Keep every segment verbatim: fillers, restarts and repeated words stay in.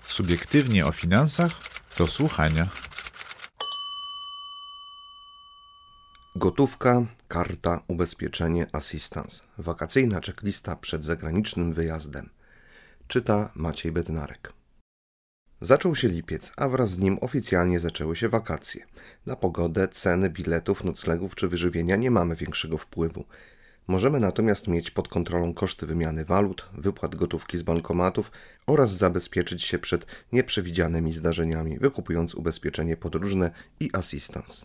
Subiektywnie o finansach do słuchania. Gotówka, karta, ubezpieczenie, asystans. Wakacyjna checklista przed zagranicznym wyjazdem. Czyta Maciej Bednarek. Zaczął się lipiec, a wraz z nim oficjalnie zaczęły się wakacje. Na pogodę, ceny biletów, noclegów czy wyżywienia nie mamy większego wpływu. Możemy natomiast mieć pod kontrolą koszty wymiany walut, wypłat gotówki z bankomatów oraz zabezpieczyć się przed nieprzewidzianymi zdarzeniami, wykupując ubezpieczenie podróżne i asystans.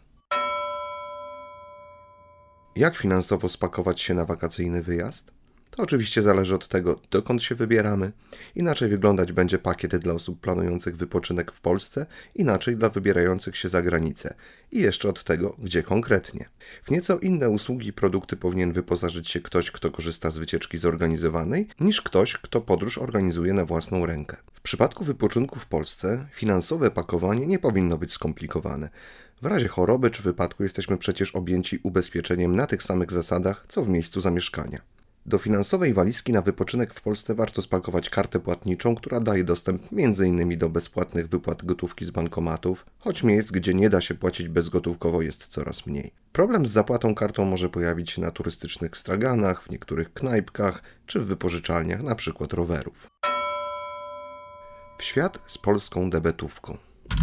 Jak finansowo spakować się na wakacyjny wyjazd? To oczywiście zależy od tego, dokąd się wybieramy. Inaczej wyglądać będzie pakiet dla osób planujących wypoczynek w Polsce, inaczej dla wybierających się za granicę. I jeszcze od tego, gdzie konkretnie. W nieco inne usługi i produkty powinien wyposażyć się ktoś, kto korzysta z wycieczki zorganizowanej, niż ktoś, kto podróż organizuje na własną rękę. W przypadku wypoczynku w Polsce finansowe pakowanie nie powinno być skomplikowane. W razie choroby czy wypadku jesteśmy przecież objęci ubezpieczeniem na tych samych zasadach, co w miejscu zamieszkania. Do finansowej walizki na wypoczynek w Polsce warto spakować kartę płatniczą, która daje dostęp między innymi do bezpłatnych wypłat gotówki z bankomatów, choć miejsc, gdzie nie da się płacić bezgotówkowo, jest coraz mniej. Problem z zapłatą kartą może pojawić się na turystycznych straganach, w niektórych knajpkach czy w wypożyczalniach, np. rowerów. W świat z polską debetówką.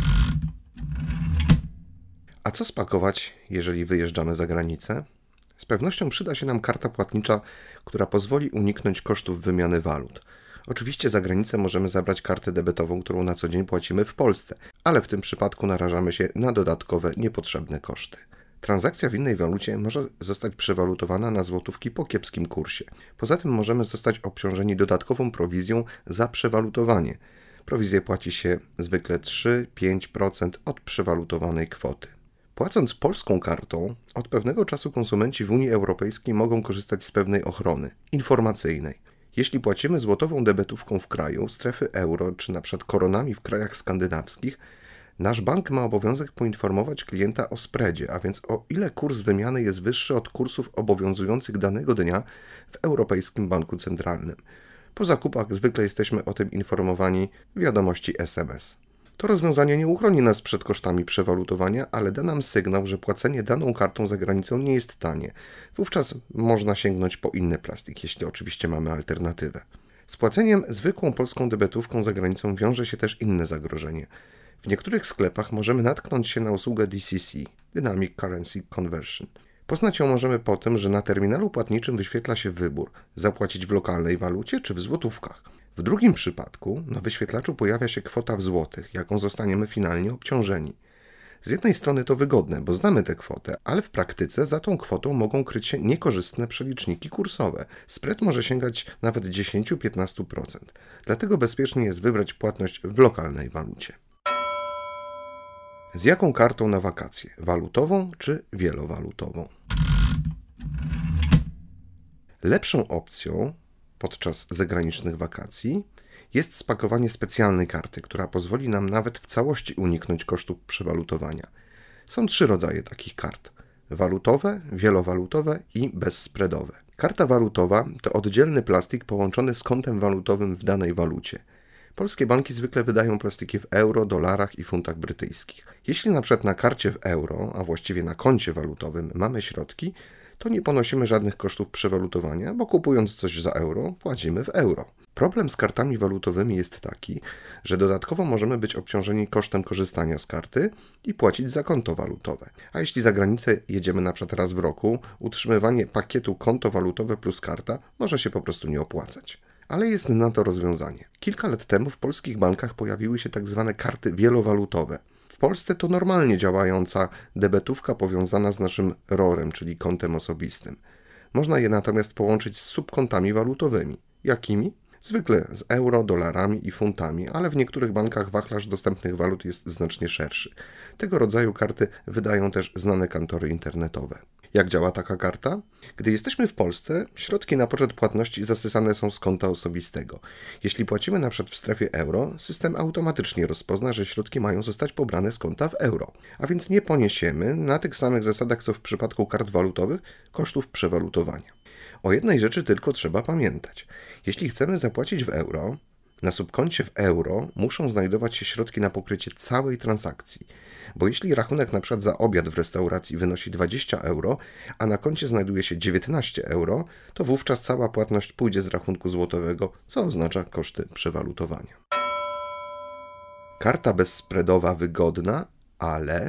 A co spakować, jeżeli wyjeżdżamy za granicę? Z pewnością przyda się nam karta płatnicza, która pozwoli uniknąć kosztów wymiany walut. Oczywiście za granicę możemy zabrać kartę debetową, którą na co dzień płacimy w Polsce, ale w tym przypadku narażamy się na dodatkowe, niepotrzebne koszty. Transakcja w innej walucie może zostać przewalutowana na złotówki po kiepskim kursie. Poza tym możemy zostać obciążeni dodatkową prowizją za przewalutowanie. Prowizję płaci się zwykle trzy do pięciu procent od przewalutowanej kwoty. Płacąc polską kartą, od pewnego czasu konsumenci w Unii Europejskiej mogą korzystać z pewnej ochrony informacyjnej. Jeśli płacimy złotową debetówką w kraju, strefy euro czy np. koronami w krajach skandynawskich, nasz bank ma obowiązek poinformować klienta o spreadzie, a więc o ile kurs wymiany jest wyższy od kursów obowiązujących danego dnia w Europejskim Banku Centralnym. Po zakupach zwykle jesteśmy o tym informowani w wiadomości S M S. To rozwiązanie nie uchroni nas przed kosztami przewalutowania, ale da nam sygnał, że płacenie daną kartą za granicą nie jest tanie. Wówczas można sięgnąć po inny plastik, jeśli oczywiście mamy alternatywę. Z płaceniem zwykłą polską debetówką za granicą wiąże się też inne zagrożenie. W niektórych sklepach możemy natknąć się na usługę D C C, Dynamic Currency Conversion. Poznać ją możemy po tym, że na terminalu płatniczym wyświetla się wybór: zapłacić w lokalnej walucie czy w złotówkach. W drugim przypadku na wyświetlaczu pojawia się kwota w złotych, jaką zostaniemy finalnie obciążeni. Z jednej strony to wygodne, bo znamy tę kwotę, ale w praktyce za tą kwotą mogą kryć się niekorzystne przeliczniki kursowe. Spread może sięgać nawet dziesięć do piętnastu procent. Dlatego bezpiecznie jest wybrać płatność w lokalnej walucie. Z jaką kartą na wakacje? Walutową czy wielowalutową? Lepszą opcją podczas zagranicznych wakacji jest spakowanie specjalnej karty, która pozwoli nam nawet w całości uniknąć kosztów przewalutowania. Są trzy rodzaje takich kart: walutowe, wielowalutowe i bezspreadowe. Karta walutowa to oddzielny plastik połączony z kontem walutowym w danej walucie. Polskie banki zwykle wydają plastiki w euro, dolarach i funtach brytyjskich. Jeśli na przykład na karcie w euro, a właściwie na koncie walutowym mamy środki, to nie ponosimy żadnych kosztów przewalutowania, bo kupując coś za euro, płacimy w euro. Problem z kartami walutowymi jest taki, że dodatkowo możemy być obciążeni kosztem korzystania z karty i płacić za konto walutowe. A jeśli za granicę jedziemy na przykład raz w roku, utrzymywanie pakietu konto walutowe plus karta może się po prostu nie opłacać. Ale jest na to rozwiązanie. Kilka lat temu w polskich bankach pojawiły się tak zwane karty wielowalutowe. W Polsce to normalnie działająca debetówka powiązana z naszym R O R-em, czyli kontem osobistym. Można je natomiast połączyć z subkontami walutowymi. Jakimi? Zwykle z euro, dolarami i funtami, ale w niektórych bankach wachlarz dostępnych walut jest znacznie szerszy. Tego rodzaju karty wydają też znane kantory internetowe. Jak działa taka karta? Gdy jesteśmy w Polsce, środki na poczet płatności zasysane są z konta osobistego. Jeśli płacimy na przykład w strefie euro, system automatycznie rozpozna, że środki mają zostać pobrane z konta w euro. A więc nie poniesiemy, na tych samych zasadach co w przypadku kart walutowych, kosztów przewalutowania. O jednej rzeczy tylko trzeba pamiętać. Jeśli chcemy zapłacić w euro, Na subkoncie w euro muszą znajdować się środki na pokrycie całej transakcji, bo jeśli rachunek na przykład za obiad w restauracji wynosi dwadzieścia euro, a na koncie znajduje się dziewiętnaście euro, to wówczas cała płatność pójdzie z rachunku złotowego, co oznacza koszty przewalutowania. Karta bezspreadowa wygodna, ale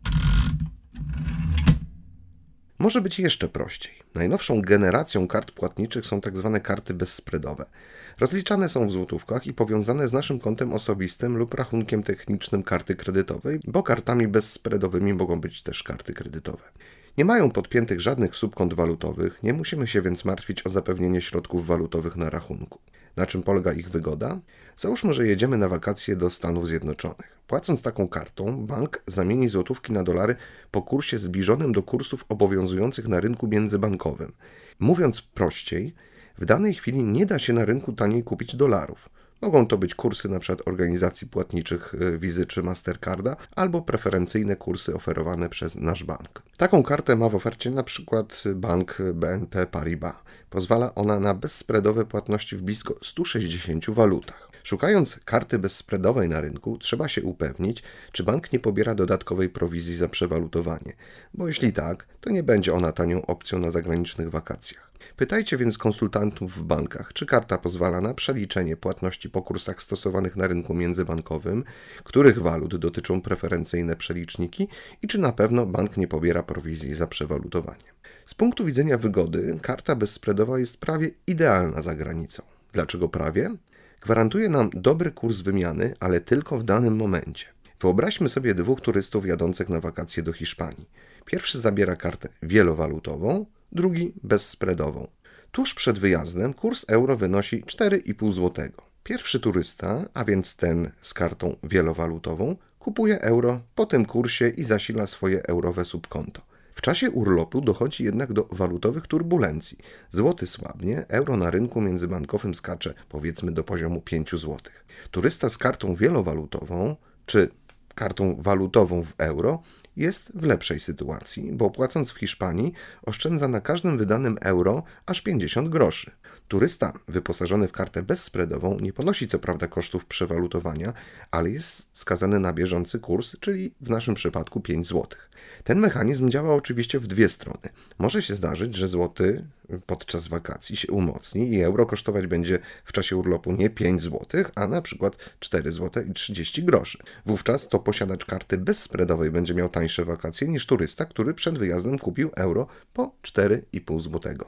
może być jeszcze prościej. Najnowszą generacją kart płatniczych są tak zwane karty bezspreadowe. Rozliczane są w złotówkach i powiązane z naszym kontem osobistym lub rachunkiem technicznym karty kredytowej, bo kartami bezspreadowymi mogą być też karty kredytowe. Nie mają podpiętych żadnych subkont walutowych, nie musimy się więc martwić o zapewnienie środków walutowych na rachunku. Na czym polega ich wygoda? Załóżmy, że jedziemy na wakacje do Stanów Zjednoczonych. Płacąc taką kartą, bank zamieni złotówki na dolary po kursie zbliżonym do kursów obowiązujących na rynku międzybankowym. Mówiąc prościej, w danej chwili nie da się na rynku taniej kupić dolarów. Mogą to być kursy np. organizacji płatniczych Visa czy Mastercarda albo preferencyjne kursy oferowane przez nasz bank. Taką kartę ma w ofercie np. bank B N P Paribas. Pozwala ona na bezspreadowe płatności w blisko stu sześćdziesięciu walutach. Szukając karty bezspreadowej na rynku, trzeba się upewnić, czy bank nie pobiera dodatkowej prowizji za przewalutowanie, bo jeśli tak, to nie będzie ona tanią opcją na zagranicznych wakacjach. Pytajcie więc konsultantów w bankach, czy karta pozwala na przeliczenie płatności po kursach stosowanych na rynku międzybankowym, których walut dotyczą preferencyjne przeliczniki i czy na pewno bank nie pobiera prowizji za przewalutowanie. Z punktu widzenia wygody, karta bezspreadowa jest prawie idealna za granicą. Dlaczego prawie? Gwarantuje nam dobry kurs wymiany, ale tylko w danym momencie. Wyobraźmy sobie dwóch turystów jadących na wakacje do Hiszpanii. Pierwszy zabiera kartę wielowalutową, drugi bezspreadową. Tuż przed wyjazdem kurs euro wynosi cztery i pół złotego. Pierwszy turysta, a więc ten z kartą wielowalutową, kupuje euro po tym kursie i zasila swoje eurowe subkonto. W czasie urlopu dochodzi jednak do walutowych turbulencji. Złoty słabnie, euro na rynku międzybankowym skacze powiedzmy do poziomu pięć złotych. Turysta z kartą wielowalutową czy kartą walutową w euro jest w lepszej sytuacji, bo płacąc w Hiszpanii oszczędza na każdym wydanym euro aż pięćdziesiąt groszy. Turysta wyposażony w kartę bezspreadową nie ponosi co prawda kosztów przewalutowania, ale jest skazany na bieżący kurs, czyli w naszym przypadku pięć złotych. Ten mechanizm działa oczywiście w dwie strony. Może się zdarzyć, że złoty podczas wakacji się umocni i euro kosztować będzie w czasie urlopu nie pięć złotych, a na przykład cztery złote i trzydzieści groszy. Wówczas to posiadacz karty bezspreadowej będzie miał tańsze wakacje niż turysta, który przed wyjazdem kupił euro po cztery i pół złotego.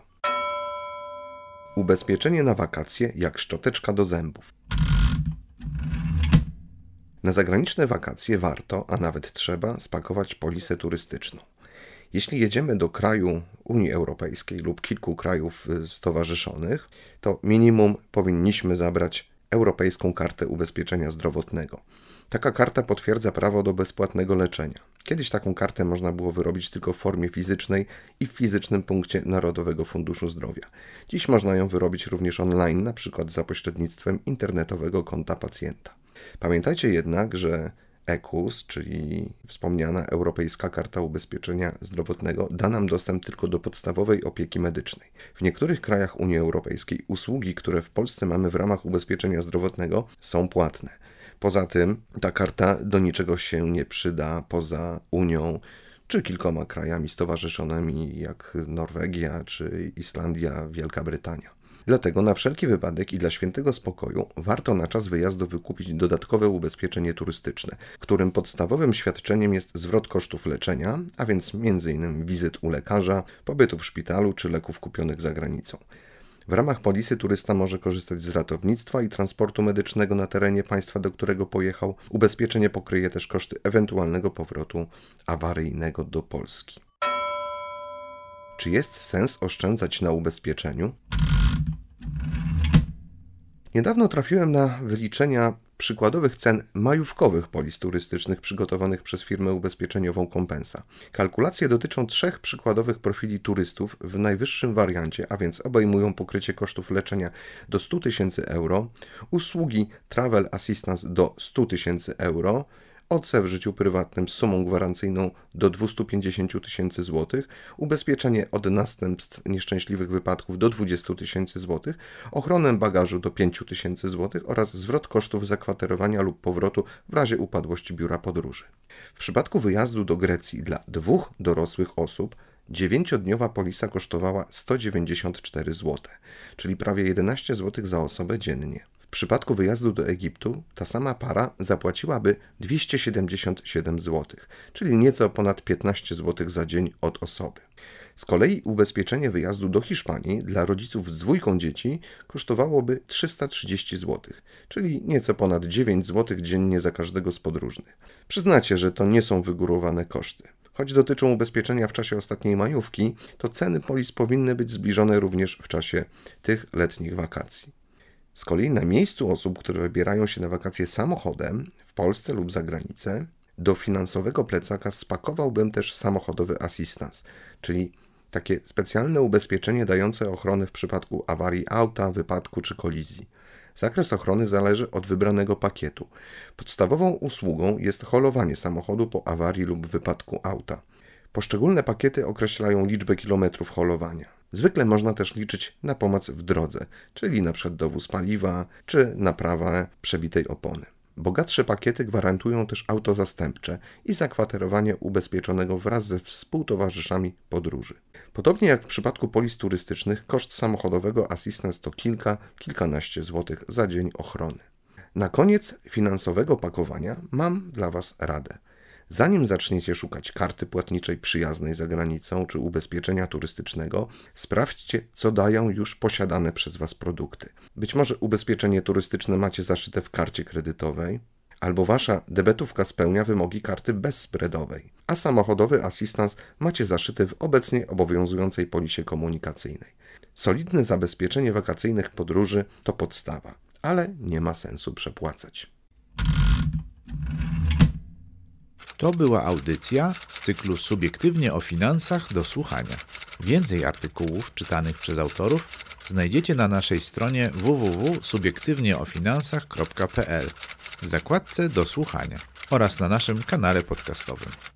Ubezpieczenie na wakacje jak szczoteczka do zębów. Na zagraniczne wakacje warto, a nawet trzeba, spakować polisę turystyczną. Jeśli jedziemy do kraju Unii Europejskiej lub kilku krajów stowarzyszonych, to minimum powinniśmy zabrać Europejską Kartę Ubezpieczenia Zdrowotnego. Taka karta potwierdza prawo do bezpłatnego leczenia. Kiedyś taką kartę można było wyrobić tylko w formie fizycznej i w fizycznym punkcie Narodowego Funduszu Zdrowia. Dziś można ją wyrobić również online, na przykład za pośrednictwem internetowego konta pacjenta. Pamiętajcie jednak, że E K U S, czyli wspomniana Europejska Karta Ubezpieczenia Zdrowotnego, da nam dostęp tylko do podstawowej opieki medycznej. W niektórych krajach Unii Europejskiej usługi, które w Polsce mamy w ramach ubezpieczenia zdrowotnego, są płatne. Poza tym ta karta do niczego się nie przyda poza Unią czy kilkoma krajami stowarzyszonymi jak Norwegia czy Islandia, Wielka Brytania. Dlatego na wszelki wypadek i dla świętego spokoju warto na czas wyjazdu wykupić dodatkowe ubezpieczenie turystyczne, którym podstawowym świadczeniem jest zwrot kosztów leczenia, a więc między innymi wizyt u lekarza, pobytu w szpitalu czy leków kupionych za granicą. W ramach polisy turysta może korzystać z ratownictwa i transportu medycznego na terenie państwa, do którego pojechał. Ubezpieczenie pokryje też koszty ewentualnego powrotu awaryjnego do Polski. Czy jest sens oszczędzać na ubezpieczeniu? Niedawno trafiłem na wyliczenia przykładowych cen majówkowych polis turystycznych przygotowanych przez firmę ubezpieczeniową Compensa. Kalkulacje dotyczą trzech przykładowych profili turystów w najwyższym wariancie, a więc obejmują pokrycie kosztów leczenia do stu tysięcy euro, usługi Travel Assistance do stu tysięcy euro O C w życiu prywatnym z sumą gwarancyjną do dwieście pięćdziesiąt tysięcy złotych, ubezpieczenie od następstw nieszczęśliwych wypadków do dwadzieścia tysięcy złotych, ochronę bagażu do pięć tysięcy złotych oraz zwrot kosztów zakwaterowania lub powrotu w razie upadłości biura podróży. W przypadku wyjazdu do Grecji dla dwóch dorosłych osób dziewięciodniowa polisa kosztowała sto dziewięćdziesiąt cztery złote, czyli prawie jedenaście złotych za osobę dziennie. W przypadku wyjazdu do Egiptu ta sama para zapłaciłaby dwieście siedemdziesiąt siedem złotych, czyli nieco ponad piętnaście złotych za dzień od osoby. Z kolei ubezpieczenie wyjazdu do Hiszpanii dla rodziców z dwójką dzieci kosztowałoby trzysta trzydzieści złotych, czyli nieco ponad dziewięć złotych dziennie za każdego z podróżnych. Przyznacie, że to nie są wygórowane koszty. Choć dotyczą ubezpieczenia w czasie ostatniej majówki, to ceny polis powinny być zbliżone również w czasie tych letnich wakacji. Z kolei na miejscu osób, które wybierają się na wakacje samochodem w Polsce lub za granicę, do finansowego plecaka spakowałbym też samochodowy asystans, czyli takie specjalne ubezpieczenie dające ochronę w przypadku awarii auta, wypadku czy kolizji. Zakres ochrony zależy od wybranego pakietu. Podstawową usługą jest holowanie samochodu po awarii lub wypadku auta. Poszczególne pakiety określają liczbę kilometrów holowania. Zwykle można też liczyć na pomoc w drodze, czyli np. dowóz paliwa czy naprawę przebitej opony. Bogatsze pakiety gwarantują też auto zastępcze i zakwaterowanie ubezpieczonego wraz ze współtowarzyszami podróży. Podobnie jak w przypadku polis turystycznych, koszt samochodowego asystans to kilka, kilkanaście złotych za dzień ochrony. Na koniec finansowego pakowania mam dla Was radę. Zanim zaczniecie szukać karty płatniczej przyjaznej za granicą czy ubezpieczenia turystycznego, sprawdźcie, co dają już posiadane przez Was produkty. Być może ubezpieczenie turystyczne macie zaszyte w karcie kredytowej, albo Wasza debetówka spełnia wymogi karty bezspreadowej, a samochodowy asystans macie zaszyty w obecnie obowiązującej polisie komunikacyjnej. Solidne zabezpieczenie wakacyjnych podróży to podstawa, ale nie ma sensu przepłacać. To była audycja z cyklu Subiektywnie o finansach do słuchania. Więcej artykułów czytanych przez autorów znajdziecie na naszej stronie w w w kropka subiektywnie o finansach kropka p l w zakładce do słuchania oraz na naszym kanale podcastowym.